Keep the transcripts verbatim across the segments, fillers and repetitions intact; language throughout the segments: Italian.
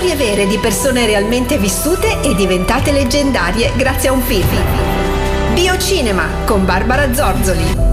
Storie vere di persone realmente vissute e diventate leggendarie grazie a un film. Biocinema con Barbara Zorzoli.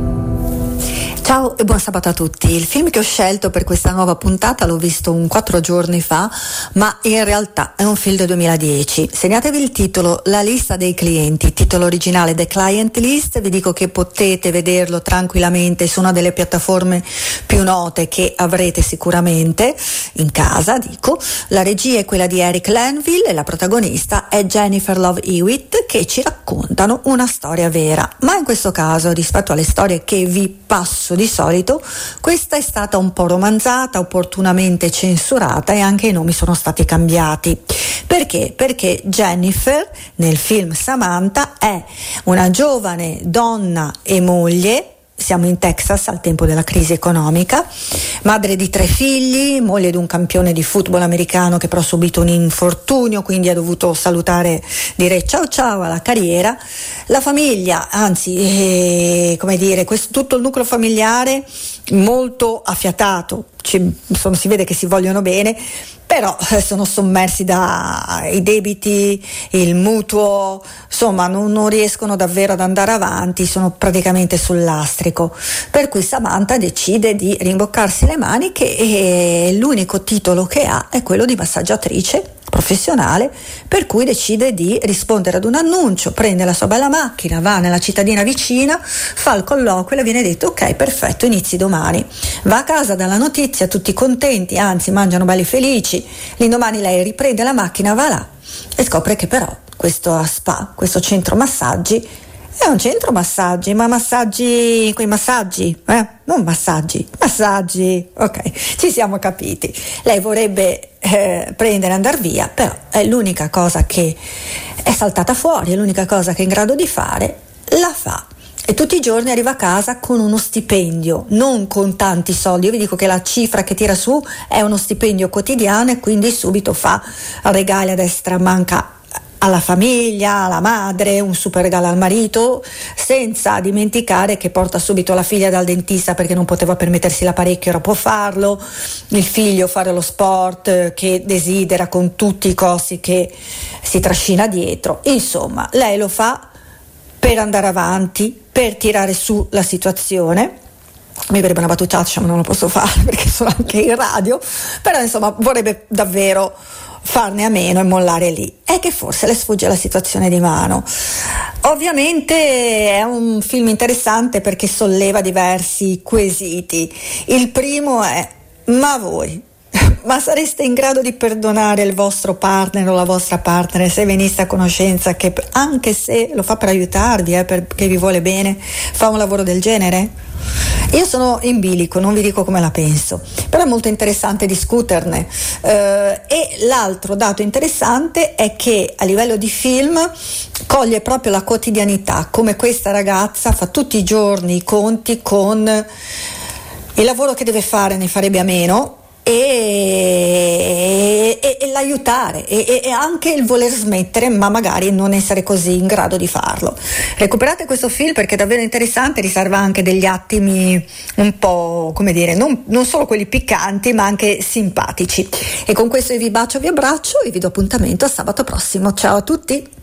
Ciao e buon sabato a tutti. Il film che ho scelto per questa nuova puntata l'ho visto un quattro giorni fa, ma in realtà è un film del duemiladieci. Segnatevi il titolo, La lista dei clienti, titolo originale The Client List. Vi dico che potete vederlo tranquillamente su una delle piattaforme più note che avrete sicuramente in casa, dico. La regia è quella di Eric Lanville e la protagonista è Jennifer Love Hewitt, che ci raccontano una storia vera. Ma in questo caso, rispetto alle storie che vi passo di solito, questa è stata un po' romanzata, opportunamente censurata e anche i nomi sono stati cambiati. Perché? Perché Jennifer nel film Samantha è una giovane donna e moglie. Siamo in Texas al tempo della crisi economica, madre di tre figli, moglie di un campione di football americano che però ha subito un infortunio, quindi ha dovuto salutare, dire ciao ciao alla carriera. La famiglia, anzi, eh, come dire, questo, tutto il nucleo familiare molto affiatato, ci, insomma, si vede che si vogliono bene, però sono sommersi dai debiti, il mutuo, insomma non, non riescono davvero ad andare avanti, sono praticamente sul lastrico, per cui Samantha decide di rimboccarsi le maniche e l'unico titolo che ha è quello di massaggiatrice professionale, per cui decide di rispondere ad un annuncio, prende la sua bella macchina, va nella cittadina vicina, fa il colloquio e le viene detto ok, perfetto, inizi domani. Va a casa dalla notizia, tutti contenti, anzi mangiano belli felici. L'indomani lei riprende la macchina, va là e scopre che però questo spa, questo centro massaggi è un centro massaggi, ma massaggi, quei massaggi, eh? Non massaggi, massaggi, ok, ci siamo capiti. Lei vorrebbe eh, prendere e andare via, però è l'unica cosa che è saltata fuori, è l'unica cosa che è in grado di fare, la fa. E tutti i giorni arriva a casa con uno stipendio, non con tanti soldi. Io vi dico che la cifra che tira su è uno stipendio quotidiano e quindi subito fa regali a destra manca alla famiglia, alla madre, un super regalo al marito, senza dimenticare che porta subito la figlia dal dentista perché non poteva permettersi l'apparecchio, ora può farlo, il figlio fare lo sport che desidera con tutti i costi che si trascina dietro. Insomma, lei lo fa per andare avanti, per tirare su la situazione. Mi verrebbe una battuccia, ma non lo posso fare perché sono anche in radio, però insomma vorrebbe davvero farne a meno e mollare lì. È che forse le sfugge la situazione di mano. Ovviamente è un film interessante perché solleva diversi quesiti. Il primo è: ma voi ma sareste in grado di perdonare il vostro partner o la vostra partner se venisse a conoscenza che, anche se lo fa per aiutarvi, eh, perché vi vuole bene, fa un lavoro del genere? Io sono in bilico, non vi dico come la penso, però è molto interessante discuterne. Eh, e l'altro dato interessante è che a livello di film coglie proprio la quotidianità, come questa ragazza fa tutti i giorni i conti con il lavoro che deve fare, ne farebbe a meno, E, e, e l'aiutare e, e anche il voler smettere, ma magari non essere così in grado di farlo. Recuperate questo film perché è davvero interessante, riserva anche degli attimi un po', come dire, non, non solo quelli piccanti ma anche simpatici. E con questo io vi bacio, vi abbraccio e vi do appuntamento a sabato prossimo. Ciao a tutti.